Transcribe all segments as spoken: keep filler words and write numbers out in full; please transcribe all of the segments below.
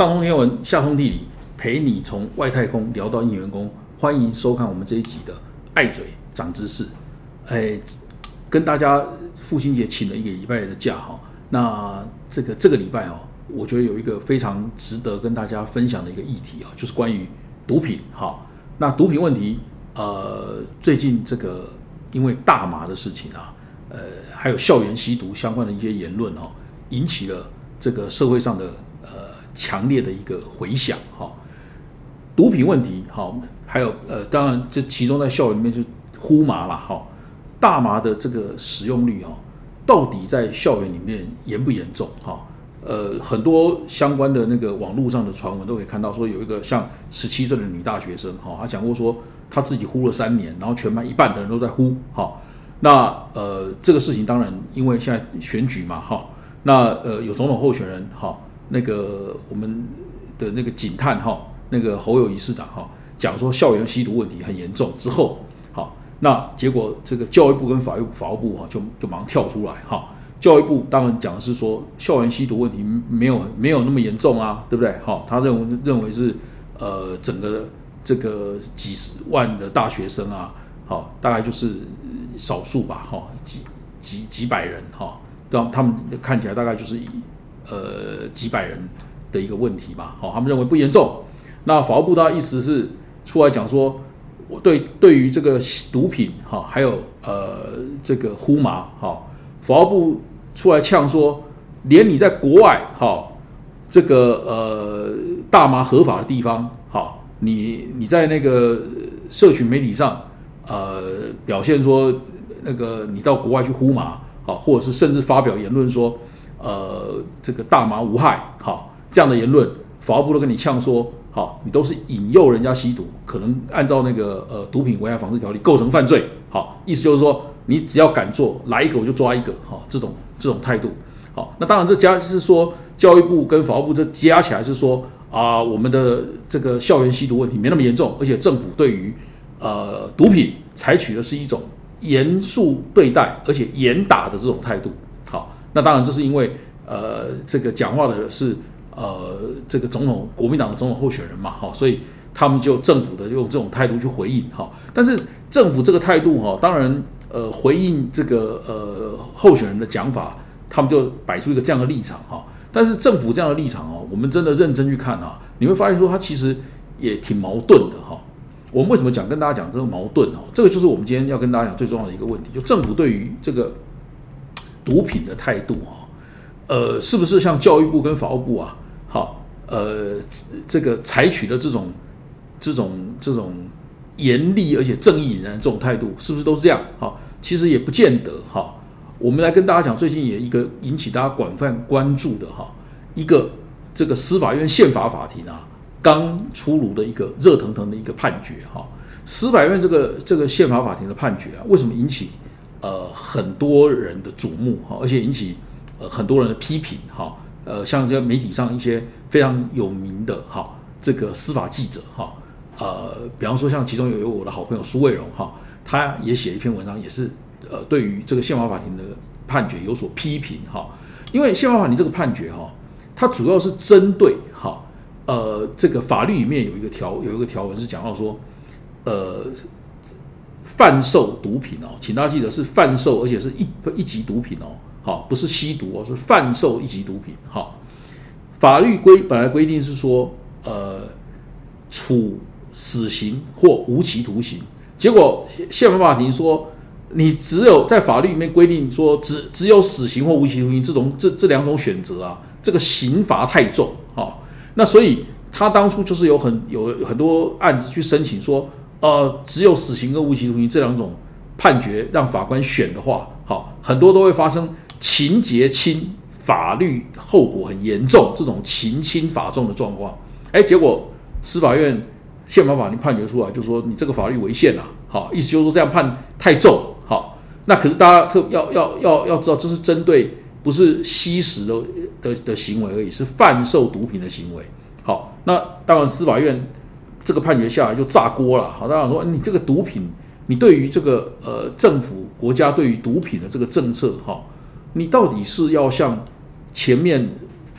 上通天文，下通地理，陪你从外太空聊到应员工。欢迎收看我们这一集的爱嘴长知识。哎，跟大家父亲节请了一个礼拜的假哈。那这个这个礼拜哦，我觉得有一个非常值得跟大家分享的一个议题啊，就是关于毒品哈。那毒品问题，呃，最近这个因为大麻的事情啊，呃，还有校园吸毒相关的一些言论哦，引起了这个社会上的呃强烈的一个回响哈。毒品问题好，还有呃，当然这其中在校园里面就呼麻啦哈，大麻的这个使用率哈，到底在校园里面严不严重哈？呃，很多相关的那个网络上的传闻都可以看到，说有一个像十七岁的女大学生哈，她讲过说她自己呼了三年，然后全班一半的人都在呼哈。那呃，这个事情当然因为现在选举嘛哈，那呃有总统候选人哈，那个我们的那个警探哈。那个侯友宜市长哈讲说校园吸毒问题很严重之后，好，那结果这个教育部跟法律法务部哈就就马上跳出来哈，教育部当然讲的是说校园吸毒问题没有没有那么严重啊，对不对？好，他认为认为是呃整个这个几十万的大学生啊，好，大概就是少数吧，哈，几几几百人哈，让他们看起来大概就是呃几百人的一个问题吧，好，他们认为不严重。那法务部的意思是出来讲说，我对对于这个毒品哈，还有呃这个呼麻哈，法务部出来呛说，连你在国外哈，这个呃大麻合法的地方哈，你你在那个社群媒体上呃表现说那个你到国外去呼麻好，或者是甚至发表言论说呃这个大麻无害好这样的言论，法务部都跟你呛说。好，你都是引诱人家吸毒，可能按照那个呃毒品危害防治条例构成犯罪。好，意思就是说，你只要敢做，来一个我就抓一个。好，这种这种态度。好，那当然这加是说教育部跟法务部这加起来是说啊、呃，我们的这个校园吸毒问题没那么严重，而且政府对于呃毒品采取的是一种严肃对待而且严打的这种态度。好，那当然这是因为呃这个讲话的是。呃，这个总统国民党的总统候选人嘛，哈，所以他们就政府的用这种态度去回应，哈。但是政府这个态度，哈，当然，呃，回应这个呃候选人的讲法，他们就摆出一个这样的立场，哈。但是政府这样的立场，哦，我们真的认真去看啊，你会发现说，它其实也挺矛盾的，哈。我们为什么讲跟大家讲这个矛盾，哈？这个就是我们今天要跟大家讲最重要的一个问题，就政府对于这个毒品的态度，哈，呃，是不是像教育部跟法务部啊？好，呃，这个采取的这种、这种、这种严厉而且正义凛然的这种态度，是不是都是这样？好，其实也不见得。哈，我们来跟大家讲，最近也一个引起大家广泛关注的哈，一个这个司法院宪法法庭啊，刚出炉的一个热腾腾的一个判决哈。司法院这个这个宪法法庭的判决啊，为什么引起呃很多人的瞩目哈，而且引起呃很多人的批评哈？呃，像这媒体上一些非常有名的哈，这个司法记者哈，呃，比方说像其中有我的好朋友苏卫荣哈，他也写一篇文章，也是呃对于这个宪法法庭的判决有所批评哈。因为宪法法庭这个判决哈，它主要是针对哈，呃，这个法律里面有一个条有一个条文是讲到说，呃，贩售毒品哦，请大家记得是贩售，而且是一一级毒品哦。好，不是吸毒哦，是贩售一级毒品。好，法律规本来规定是说，呃，处死刑或无期徒刑。结果宪法法庭说，你只有在法律里面规定说只只有死刑或无期徒刑这种这这两种选择啊，这个刑罚太重。好，那所以他当初就是有很有很多案子去申请说，呃，只有死刑跟无期徒刑这两种判决让法官选的话，好，很多都会发生。情节轻，法律后果很严重，这种情轻法重的状况，哎，结果司法院宪法法庭判决出来，就说你这个法律违宪啊，好，意思就是说这样判太重，好，那可是大家特要要要要知道，这是针对不是吸食的的的行为而已，是贩售毒品的行为，好，那当然司法院这个判决下来就炸锅了，好，当然说你这个毒品，你对于这个呃政府国家对于毒品的这个政策，哈。你到底是要像前面法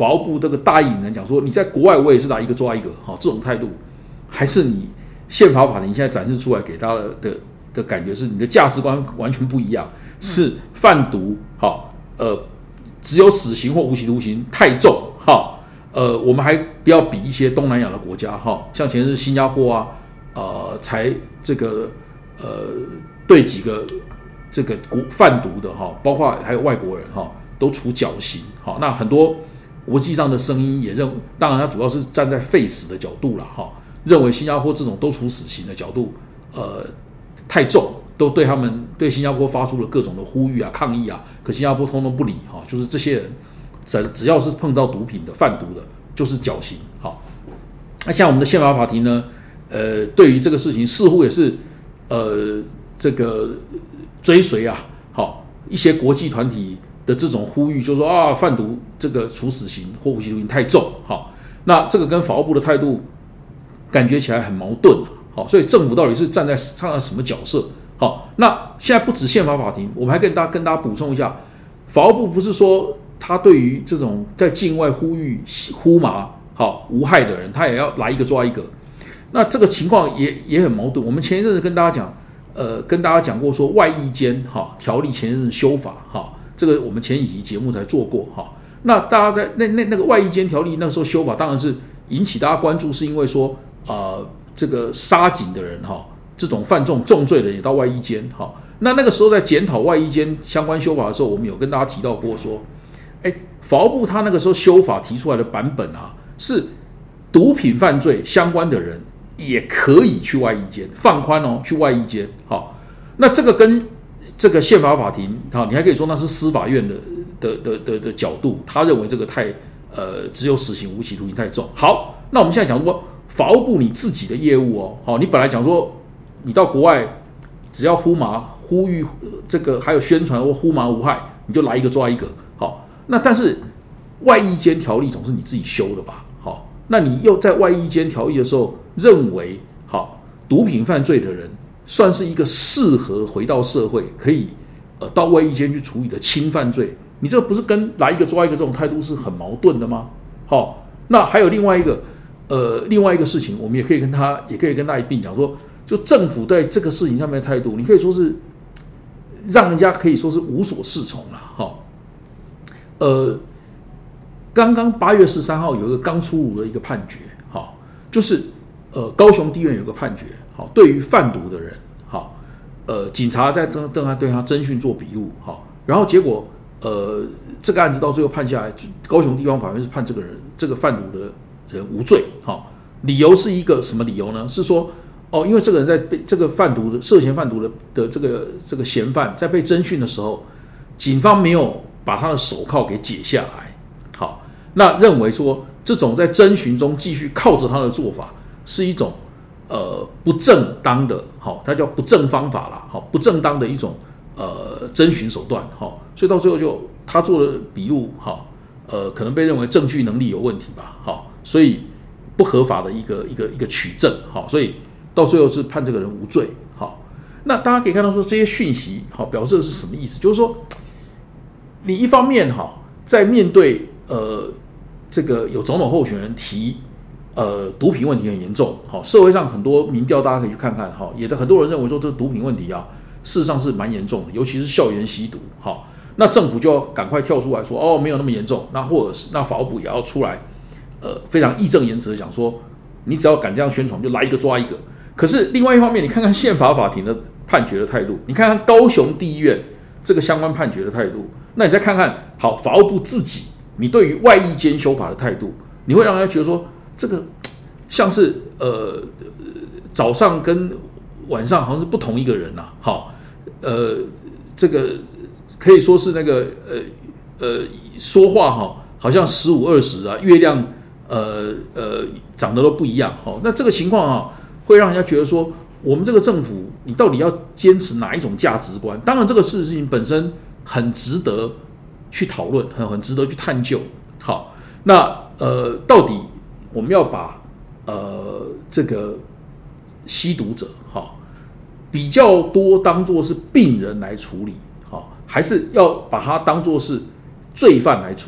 法务部这个大义凛然讲说，你在国外我也是拿一个抓一个，好，这种态度，还是你宪法法庭现在展示出来给大家 的, 的, 的感觉是你的价值观完全不一样，是贩毒，好，呃，只有死刑或无期徒刑太重，好，呃，我们还不要比一些东南亚的国家，哈，像前日新加坡啊，呃，才这个呃对几个这个贩毒的哈，包括还有外国人哈，都处绞刑，好，那很多国际上的声音也认，当然它主要是站在废死的角度啦，哈，认为新加坡这种都处死刑的角度，呃，太重，都对他们对新加坡发出了各种的呼吁啊、抗议啊，可新加坡通通不理，哈，就是这些人只只要是碰到毒品的、贩毒的，就是绞刑，好，那像我们的宪法法庭呢，呃，对于这个事情似乎也是呃这个追随啊，好，一些国际团体的这种呼吁，就是说啊，贩毒这个处死刑或无期徒刑太重，好，那这个跟法务部的态度感觉起来很矛盾，好，所以政府到底是站在站在什么角色？好，那现在不止宪法法庭，我们还跟大家跟大家补充一下，法务部不是说他对于这种在境外呼吁呼麻好无害的人，他也要来一个抓一个，那这个情况也也很矛盾。我们前一阵子跟大家讲，呃，跟大家讲过说外役监哈条例前一阵子修法哈。这个我们前几集节目才做过哈，那大家在那那那个外役监条例那时候修法，当然是引起大家关注，是因为说呃这个杀警的人哈，这种犯这种重罪的人也到外役监哈。那那个时候在检讨外役监相关修法的时候，我们有跟大家提到过说，哎，法务部他那个时候修法提出来的版本啊，是毒品犯罪相关的人也可以去外役监，放宽哦，去外役监好，那这个跟这个宪法法庭，好，你还可以说那是司法院的的的的的角度，他认为这个太呃只有死刑无期徒刑太重。好，那我们现在讲说法务部你自己的业务哦，好，你本来讲说你到国外只要呼麻呼吁这个还有宣传或呼麻无害，你就来一个抓一个。好，那但是外役监条例总是你自己修的吧？好，那你又在外役监条例的时候认为，好，毒品犯罪的人算是一个适合回到社会，可以呃到外役监去处理的轻犯罪，你这不是跟来一个抓一个这种态度是很矛盾的吗？好，那还有另外一个呃另外一个事情，我们也可以跟他也可以跟他一并讲说，就政府对这个事情上面的态度，你可以说是让人家可以说是无所适从了。好，呃，刚刚八月十三号有一个刚出炉的一个判决，好，就是呃高雄地院有个判决。好，对于贩毒的人，好，呃，警察在正正在对他侦讯做笔录，好，然后结果，呃，这个案子到最后判下来，高雄地方法院是判这个人这个贩毒的人无罪，好，理由是一个什么理由呢？是说，哦，因为这个人在被这个贩毒的涉嫌贩毒的的这个这个嫌犯在被侦讯的时候，警方没有把他的手铐给解下来，好，那认为说这种在侦讯中继续铐着他的做法是一种。呃，不正当的，好，它叫不正方法啦，好，不正当的一种呃侦讯手段，好，所以到最后就他做的笔录，好，呃，可能被认为证据能力有问题吧，好，所以不合法的一个一个一个取证，好，所以到最后是判这个人无罪，好，那大家可以看到说这些讯息，好，表示的是什么意思？就是说，你一方面哈，在面对呃这个有总统候选人提。呃，毒品问题很严重，好，社会上很多民调大家可以去看看，好，也的很多人认为说这个毒品问题啊，事实上是蛮严重的，尤其是校园吸毒，好，那政府就要赶快跳出来说，哦，没有那么严重，那或者是那法务部也要出来，呃，非常义正言辞的讲说，你只要敢这样宣传，就来一个抓一个。可是另外一方面，你看看宪法法庭的判决的态度，你看看高雄地院这个相关判决的态度，那你再看看好法务部自己，你对于外役监修法的态度，你会让人家觉得说。这个像是呃早上跟晚上好像是不同一个人呐、啊，好，呃，这个可以说是那个呃呃说话哈，好像十五二十啊，月亮呃呃长得都不一样，好，那这个情况啊，会让人家觉得说，我们这个政府你到底要坚持哪一种价值观？当然，这个事情本身很值得去讨论，很很值得去探究。好，那呃到底。我们要把呃这个吸毒者哈比较多当作是病人来处理，好，还是要把它当作是罪犯来处理？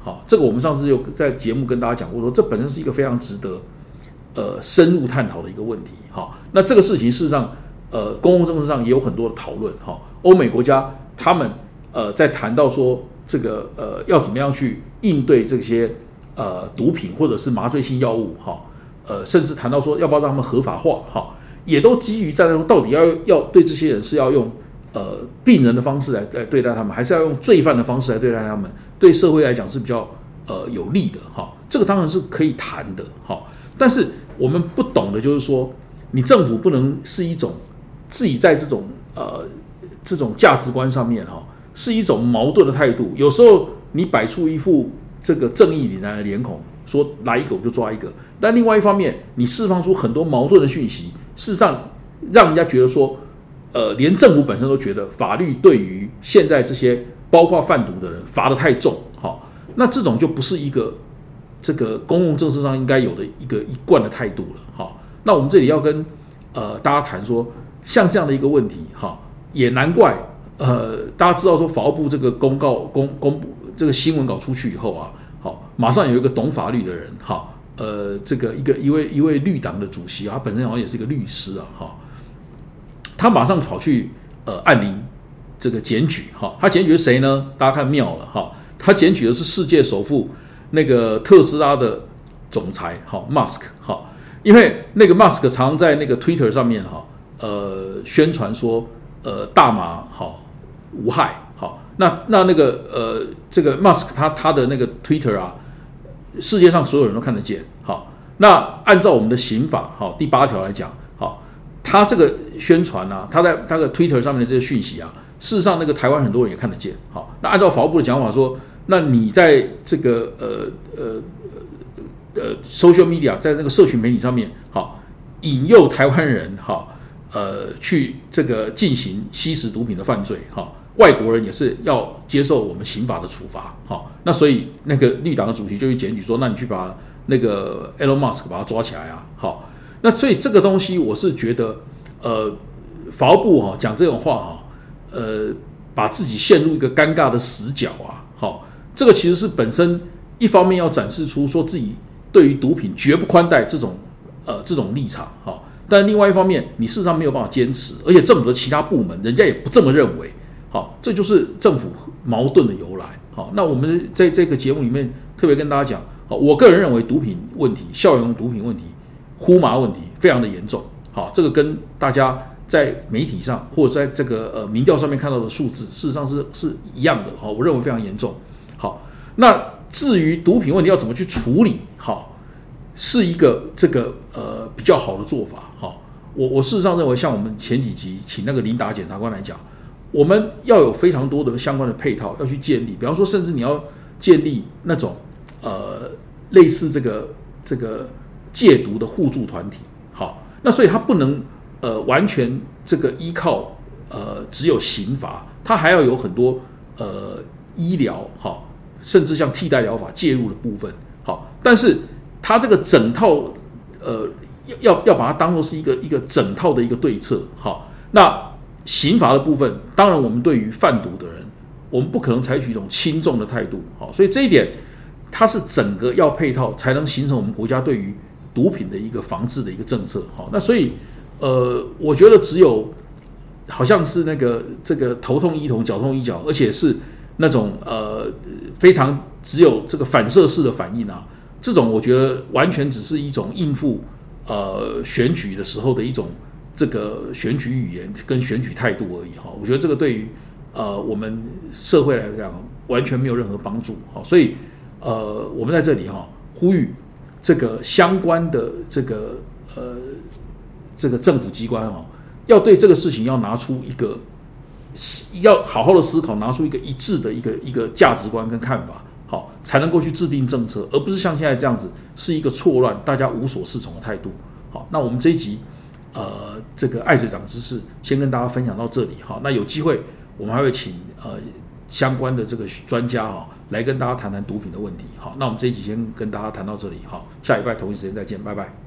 好，这个我们上次有在节目跟大家讲过说，这本身是一个非常值得呃深入探讨的一个问题。好，那这个事情事实上，呃，公共政治上也有很多的讨论。哈，欧美国家他们呃在谈到说这个呃要怎么样去应对这些呃毒品或者是麻醉性药物，哈，呃，甚至谈到说要不要让他们合法化，哈，也都基于在说到底要要对这些人是要用呃病人的方式来来对待他们，还是要用罪犯的方式来对待他们，对社会来讲是比较呃有利的，哈，这个当然是可以谈的，哈，但是我们不懂的就是说，你政府不能是一种自己在这种呃这种价值观上面哈，是一种矛盾的态度。有时候你摆出一副这个正义凛然的脸孔，说来一个我就抓一个，但另外一方面，你释放出很多矛盾的讯息，事实上让人家觉得说，呃，连政府本身都觉得法律对于现在这些包括贩毒的人罚得太重，好，那这种就不是一个这个公共政策上应该有的一个一贯的态度了，好，那我们这里要跟呃大家谈说，像这样的一个问题，哈，也难怪，呃，大家知道说法务部这个公告公公布这个新闻稿出去以后啊，好，马上有一个懂法律的人，哈，呃，这个一个一位一位绿党的主席啊，他本身好像也是一个律师啊，哈，他马上跑去呃按铃这个检举，哈，他检举是谁呢？大家看妙了，哈，他检举的是世界首富那个特斯拉的总裁，哈 ，Musk， 哈，因为那个 Musk 常常在那个 Twitter 上面，哈，呃，宣传说，呃，大麻好无害，好，那那那个呃，这个 Musk 他他的那个 Twitter 啊，世界上所有人都看得见，好，那按照我们的刑法，好，第八条来讲，好，他这个宣传啊，他在他的 Twitter 上面的这些讯息啊，事实上那个台湾很多人也看得见，好，那按照法务部的讲法说，那你在这个呃呃呃 social media 在那个社群媒体上面，好，引诱台湾人，好。呃，去这个进行吸食毒品的犯罪，哈，外国人也是要接受我们刑法的处罚，哈，那所以那个绿党的主席就去检举说，那你去把那个 Elon Musk 把他抓起来啊，好，那所以这个东西我是觉得，呃，法务部哈讲这种话哈，呃，把自己陷入一个尴尬的死角啊，好，这个其实是本身一方面要展示出说自己对于毒品绝不宽待这种呃这种立场，哈。但另外一方面，你事实上没有办法坚持，而且政府的其他部门人家也不这么认为，好，这就是政府矛盾的由来。好，那我们在这个节目里面特别跟大家讲，好，我个人认为毒品问题、校园毒品问题、呼麻问题非常的严重。好，这个跟大家在媒体上或者在这个呃民调上面看到的数字，事实上是是一样的。好，我认为非常严重。好，那至于毒品问题要怎么去处理，好。是一个这个呃比较好的做法，好，我我事实上认为，像我们前几集请那个琳达检察官来讲，我们要有非常多的相关的配套要去建立，比方说，甚至你要建立那种呃类似这个这个戒毒的互助团体，好，那所以它不能呃完全这个依靠呃只有刑罚，它还要有很多呃医疗好，甚至像替代疗法介入的部分，好，但是它这个整套，呃，要要把它当作是一个一个整套的一个对策，好，那刑罚的部分，当然我们对于贩毒的人，我们不可能采取一种轻重的态度，好，所以这一点它是整个要配套，才能形成我们国家对于毒品的一个防治的一个政策，好，那所以，呃，我觉得只有好像是那个这个头痛医头，脚痛医脚，而且是那种呃非常只有这个反射式的反应啊。这种我觉得完全只是一种应付呃选举的时候的一种这个选举语言跟选举态度而已哈，我觉得这个对于呃我们社会来讲完全没有任何帮助哈，所以呃我们在这里哈呼吁这个相关的这个呃这个政府机关哈，要对这个事情要拿出一个要好好的思考，拿出一个一致的一个一个价值观跟看法。好，才能够去制定政策，而不是像现在这样子是一个错乱、大家无所适从的态度。好，那我们这一集呃这个爱嘴长知识，先跟大家分享到这里。好，那有机会我们还会请呃相关的这个专家哈来跟大家谈谈毒品的问题。好，那我们这一集先跟大家谈到这里。好，下礼拜同一时间再见，拜拜。